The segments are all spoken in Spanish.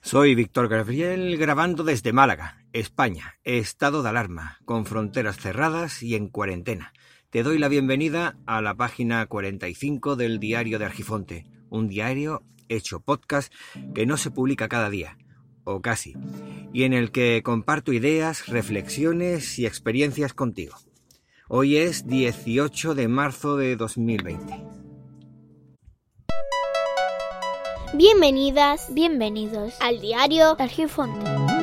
Soy Víctor Gabriel, grabando desde Málaga, España, estado de alarma, con fronteras cerradas y en cuarentena. Te doy la bienvenida a la página 45 del Diario de Argifonte, un diario hecho podcast que no se publica cada día, o casi, y en el que comparto ideas, reflexiones y experiencias contigo. Hoy es 18 de marzo de 2020. Bienvenidas, bienvenidos al Diario de Argifonte.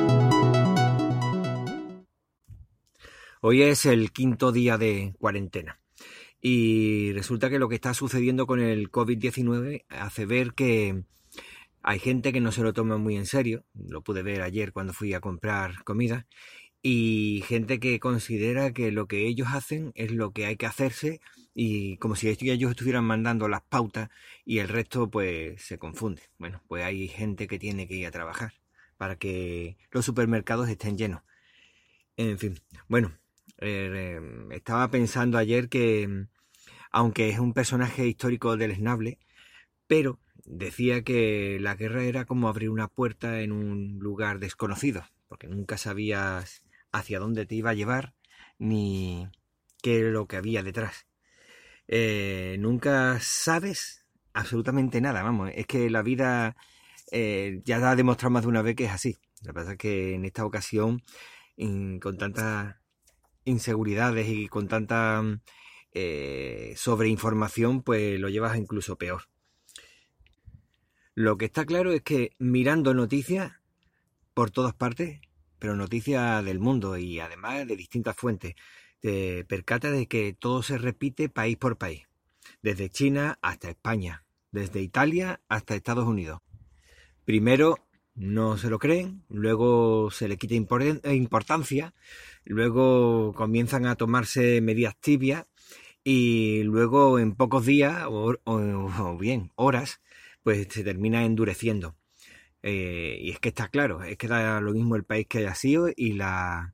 Hoy es el quinto día de cuarentena y resulta que lo que está sucediendo con el COVID-19 hace ver que hay gente que no se lo toma muy en serio. Lo pude ver ayer cuando fui a comprar comida, y gente que considera que lo que ellos hacen es lo que hay que hacerse, y como si ellos estuvieran mandando las pautas y el resto pues se confunde. Bueno, pues hay gente que tiene que ir a trabajar para que los supermercados estén llenos. En fin, bueno, estaba pensando ayer que, aunque es un personaje histórico deleznable, pero decía que la guerra era como abrir una puerta en un lugar desconocido, porque nunca sabías hacia dónde te iba a llevar ni qué era lo que había detrás. Nunca sabes absolutamente nada, vamos, es que la vida ya ha demostrado más de una vez que es así. Lo que pasa es que en esta ocasión, con tantas inseguridades y con tanta sobreinformación, pues lo llevas incluso peor. Lo que está claro es que mirando noticias por todas partes, pero noticias del mundo y además de distintas fuentes, te percatas de que todo se repite país por país, desde China hasta España, desde Italia hasta Estados Unidos. Primero no se lo creen, luego se le quita importancia, luego comienzan a tomarse medidas tibias y luego en pocos días o bien horas pues se termina endureciendo. Y es que está claro, es que da lo mismo el país que haya sido y la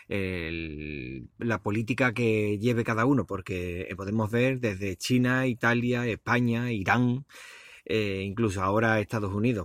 política que lleve cada uno, porque podemos ver desde China, Italia, España, Irán, incluso ahora Estados Unidos.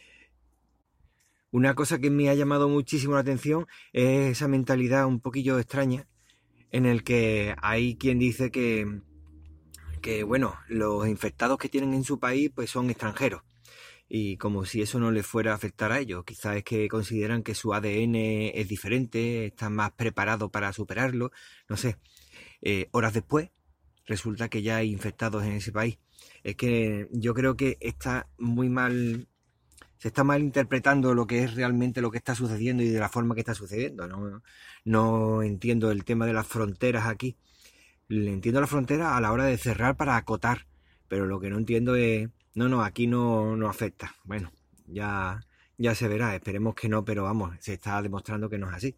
Una cosa que me ha llamado muchísimo la atención es esa mentalidad un poquillo extraña en el que hay quien dice que bueno, los infectados que tienen en su país pues son extranjeros, y como si eso no les fuera a afectar a ellos. Quizás es que consideran que su ADN es diferente, están más preparados para superarlo, no sé. Horas después resulta que ya hay infectados en ese país. Es que yo creo que está muy mal, se está mal interpretando lo que es realmente lo que está sucediendo y de la forma que está sucediendo. No entiendo el tema de las fronteras aquí. Le entiendo la frontera a la hora de cerrar para acotar, pero lo que no entiendo es, no, aquí no afecta. Bueno, ya se verá, esperemos que no, pero vamos, se está demostrando que no es así.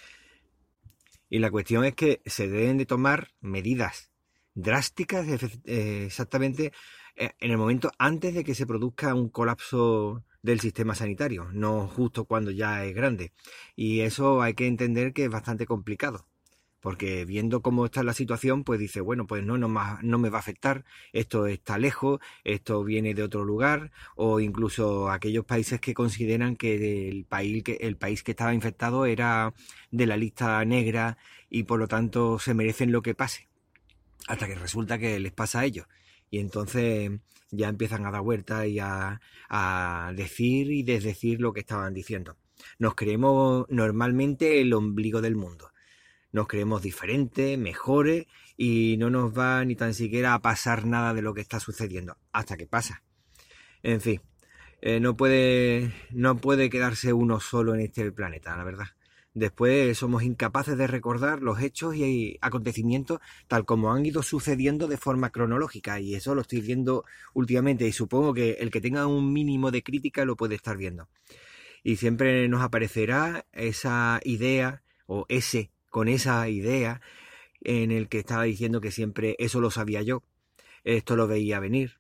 Y la cuestión es que se deben de tomar medidas drásticas exactamente en el momento antes de que se produzca un colapso del sistema sanitario, no justo cuando ya es grande. Y eso hay que entender que es bastante complicado, porque viendo cómo está la situación, pues dice, bueno, pues no me va a afectar, esto está lejos, esto viene de otro lugar, o incluso aquellos países que consideran que el país que estaba infectado era de la lista negra y por lo tanto se merecen lo que pase, hasta que resulta que les pasa a ellos. Y entonces ya empiezan a dar vueltas y a decir y desdecir lo que estaban diciendo. Nos creemos normalmente el ombligo del mundo. Nos creemos diferentes, mejores, y no nos va ni tan siquiera a pasar nada de lo que está sucediendo, hasta que pasa. En fin, no puede quedarse uno solo en este planeta, la verdad. Después somos incapaces de recordar los hechos y acontecimientos tal como han ido sucediendo de forma cronológica, y eso lo estoy viendo últimamente, y supongo que el que tenga un mínimo de crítica lo puede estar viendo. Y siempre nos aparecerá esa idea o con esa idea en el que estaba diciendo que siempre eso lo sabía yo, esto lo veía venir,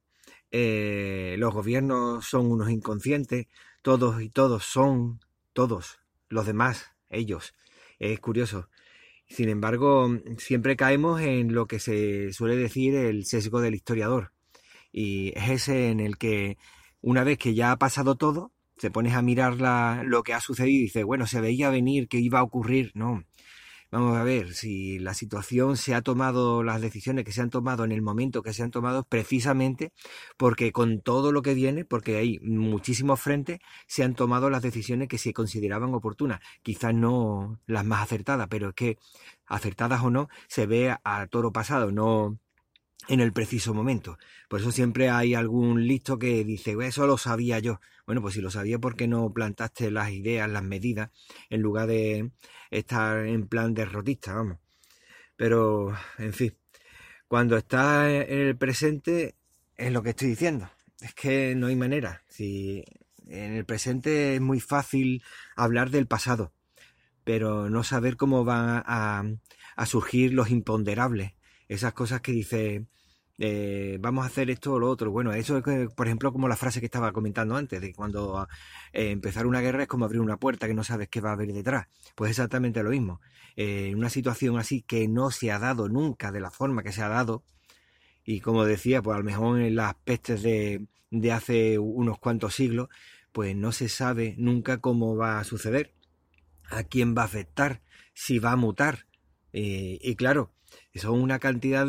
los gobiernos son unos inconscientes, todos son los demás, ellos. Es curioso. Sin embargo, siempre caemos en lo que se suele decir el sesgo del historiador, y es ese en el que una vez que ya ha pasado todo, te pones a mirar lo que ha sucedido y dices, bueno, se veía venir que iba a ocurrir. No, vamos a ver, si la situación se ha tomado, las decisiones que se han tomado en el momento que se han tomado, precisamente porque con todo lo que viene, porque hay muchísimos frentes, se han tomado las decisiones que se consideraban oportunas. Quizás no las más acertadas, pero es que, acertadas o no, se ve a toro pasado, no en el preciso momento. Por eso siempre hay algún listo que dice, eso lo sabía yo. Bueno, pues si lo sabía, ¿por qué no plantaste las ideas, las medidas, en lugar de estar en plan derrotista, vamos? Pero, en fin, cuando estás en el presente, es lo que estoy diciendo. Es que no hay manera. Si en el presente es muy fácil hablar del pasado, pero no saber cómo van a surgir los imponderables. Esas cosas que dice, vamos a hacer esto o lo otro. Bueno, eso es, por ejemplo, como la frase que estaba comentando antes, de cuando empezar una guerra es como abrir una puerta que no sabes qué va a haber detrás. Pues exactamente lo mismo. En una situación así que no se ha dado nunca de la forma que se ha dado, y como decía, pues a lo mejor en las pestes de hace unos cuantos siglos, pues no se sabe nunca cómo va a suceder, a quién va a afectar, si va a mutar. Y claro, son una cantidad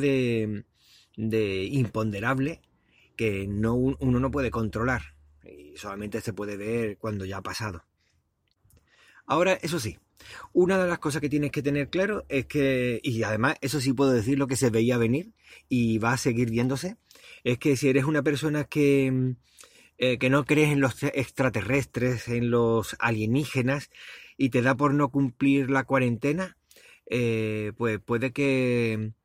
de imponderables que uno no puede controlar. Y solamente se puede ver cuando ya ha pasado. Ahora, eso sí, una de las cosas que tienes que tener claro es que, y además eso sí puedo decir lo que se veía venir y va a seguir viéndose, es que si eres una persona que no crees en los extraterrestres, en los alienígenas, y te da por no cumplir la cuarentena, pues puede que,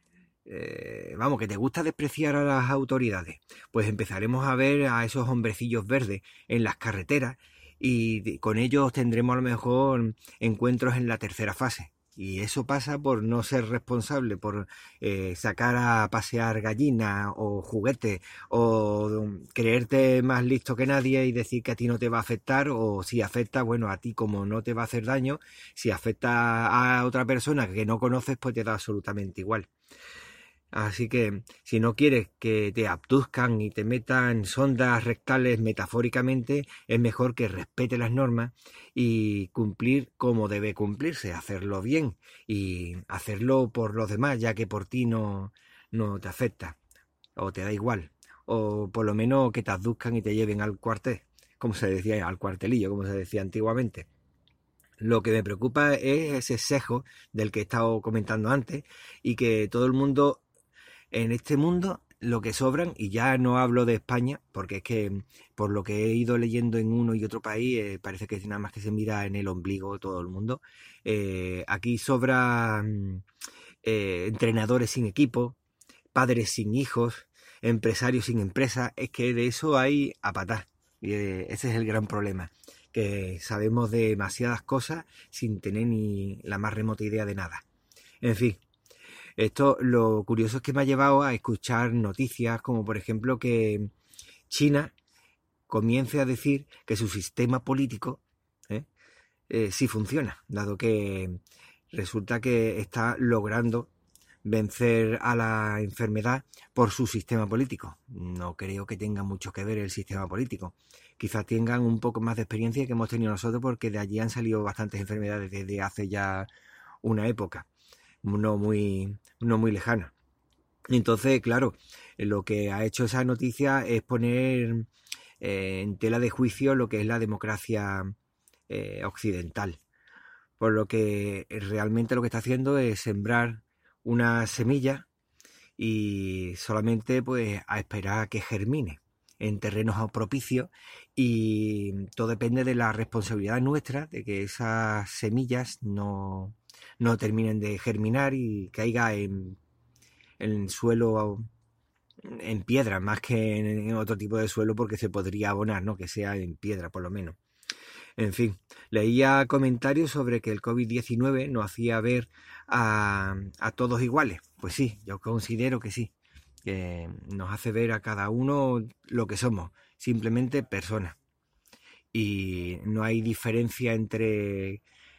vamos, que te gusta despreciar a las autoridades. Pues empezaremos a ver a esos hombrecillos verdes en las carreteras y con ellos tendremos a lo mejor encuentros en la tercera fase. Y eso pasa por no ser responsable, por sacar a pasear gallinas o juguetes, o creerte más listo que nadie y decir que a ti no te va a afectar, o si afecta, bueno, a ti como no te va a hacer daño, si afecta a otra persona que no conoces, pues te da absolutamente igual. Así que si no quieres que te abduzcan y te metan sondas rectales metafóricamente, es mejor que respete las normas y cumplir como debe cumplirse, hacerlo bien y hacerlo por los demás, ya que por ti no te afecta o te da igual. O por lo menos que te abduzcan y te lleven al cuartel, como se decía, al cuartelillo, como se decía antiguamente. Lo que me preocupa es ese sesgo del que he estado comentando antes y que todo el mundo en este mundo lo que sobran, y ya no hablo de España, porque es que por lo que he ido leyendo en uno y otro país, parece que nada más que se mira en el ombligo todo el mundo. Aquí sobran entrenadores sin equipo, padres sin hijos, empresarios sin empresa. Es que de eso hay a patar. Y ese es el gran problema, que sabemos demasiadas cosas sin tener ni la más remota idea de nada. En fin. Esto, lo curioso es que me ha llevado a escuchar noticias como por ejemplo que China comience a decir que su sistema político sí funciona, dado que resulta que está logrando vencer a la enfermedad por su sistema político. No creo que tenga mucho que ver el sistema político. Quizás tengan un poco más de experiencia que hemos tenido nosotros, porque de allí han salido bastantes enfermedades desde hace ya una época no muy lejana. Entonces, claro, lo que ha hecho esa noticia es poner en tela de juicio lo que es la democracia occidental. Por lo que realmente lo que está haciendo es sembrar una semilla y solamente pues a esperar a que germine en terrenos propicios, y todo depende de la responsabilidad nuestra de que esas semillas no terminen de germinar y caiga en suelo, en piedra, más que en otro tipo de suelo, porque se podría abonar, ¿no? Que sea en piedra por lo menos. En fin, leía comentarios sobre que el COVID-19 nos hacía ver a todos iguales. Pues sí, yo considero que sí, que nos hace ver a cada uno lo que somos, simplemente personas. Y no hay diferencia entre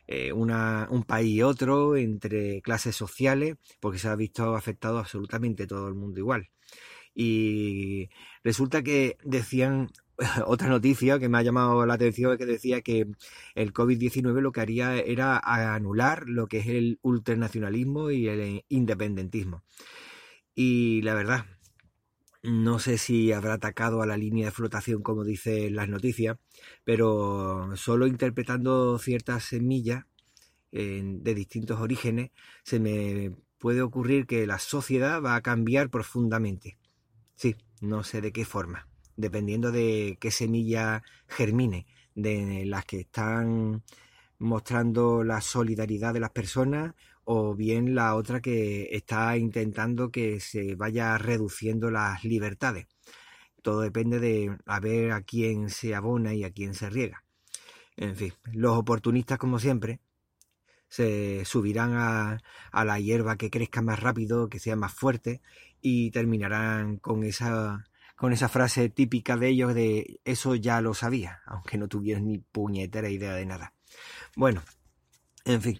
un país y otro, entre clases sociales, porque se ha visto afectado absolutamente todo el mundo igual. Y resulta que decían otra noticia que me ha llamado la atención es que decía que el COVID-19 lo que haría era anular lo que es el ultranacionalismo y el independentismo. Y la verdad, no sé si habrá atacado a la línea de flotación como dicen las noticias, pero solo interpretando ciertas semillas de distintos orígenes, se me puede ocurrir que la sociedad va a cambiar profundamente. Sí, no sé de qué forma, dependiendo de qué semilla germine, de las que están mostrando la solidaridad de las personas o bien la otra que está intentando que se vaya reduciendo las libertades. Todo depende de a ver a quién se abona y a quién se riega. En fin, los oportunistas, como siempre, se subirán a la hierba que crezca más rápido, que sea más fuerte, y terminarán con esa frase típica de ellos de eso ya lo sabía, aunque no tuvieran ni puñetera idea de nada. Bueno, en fin,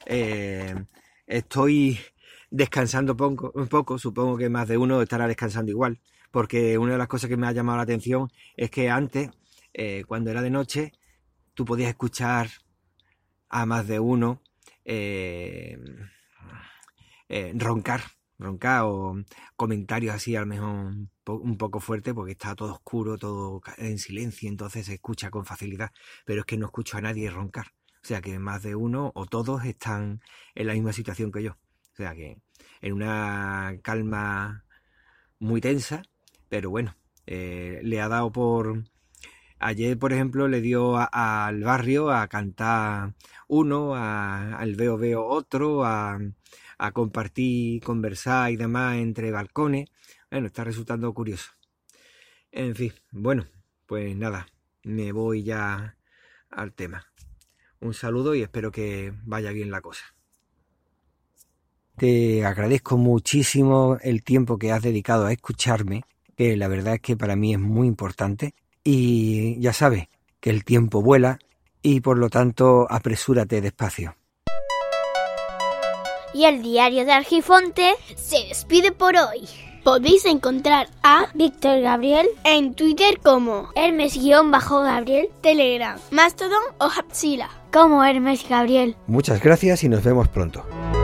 estoy descansando un poco, supongo que más de uno estará descansando igual, porque una de las cosas que me ha llamado la atención es que antes, cuando era de noche, tú podías escuchar a más de uno roncar o comentarios así a lo mejor un poco fuerte porque está todo oscuro, todo en silencio, entonces se escucha con facilidad, pero es que no escucho a nadie roncar, o sea que más de uno o todos están en la misma situación que yo, o sea que en una calma muy tensa, pero bueno, le ha dado por... Ayer, por ejemplo, le dio al barrio a cantar uno, al veo veo otro, a compartir, conversar y demás entre balcones. Bueno, está resultando curioso. En fin, bueno, pues nada, me voy ya al tema. Un saludo y espero que vaya bien la cosa. Te agradezco muchísimo el tiempo que has dedicado a escucharme, que la verdad es que para mí es muy importante. Y ya sabes que el tiempo vuela y por lo tanto apresúrate despacio. Y el diario de Argifonte se despide por hoy. Podéis encontrar a Víctor Gabriel en Twitter como Hermes-Gabriel, Telegram, Mastodon o Hapsila como Hermes Gabriel. Muchas gracias y nos vemos pronto.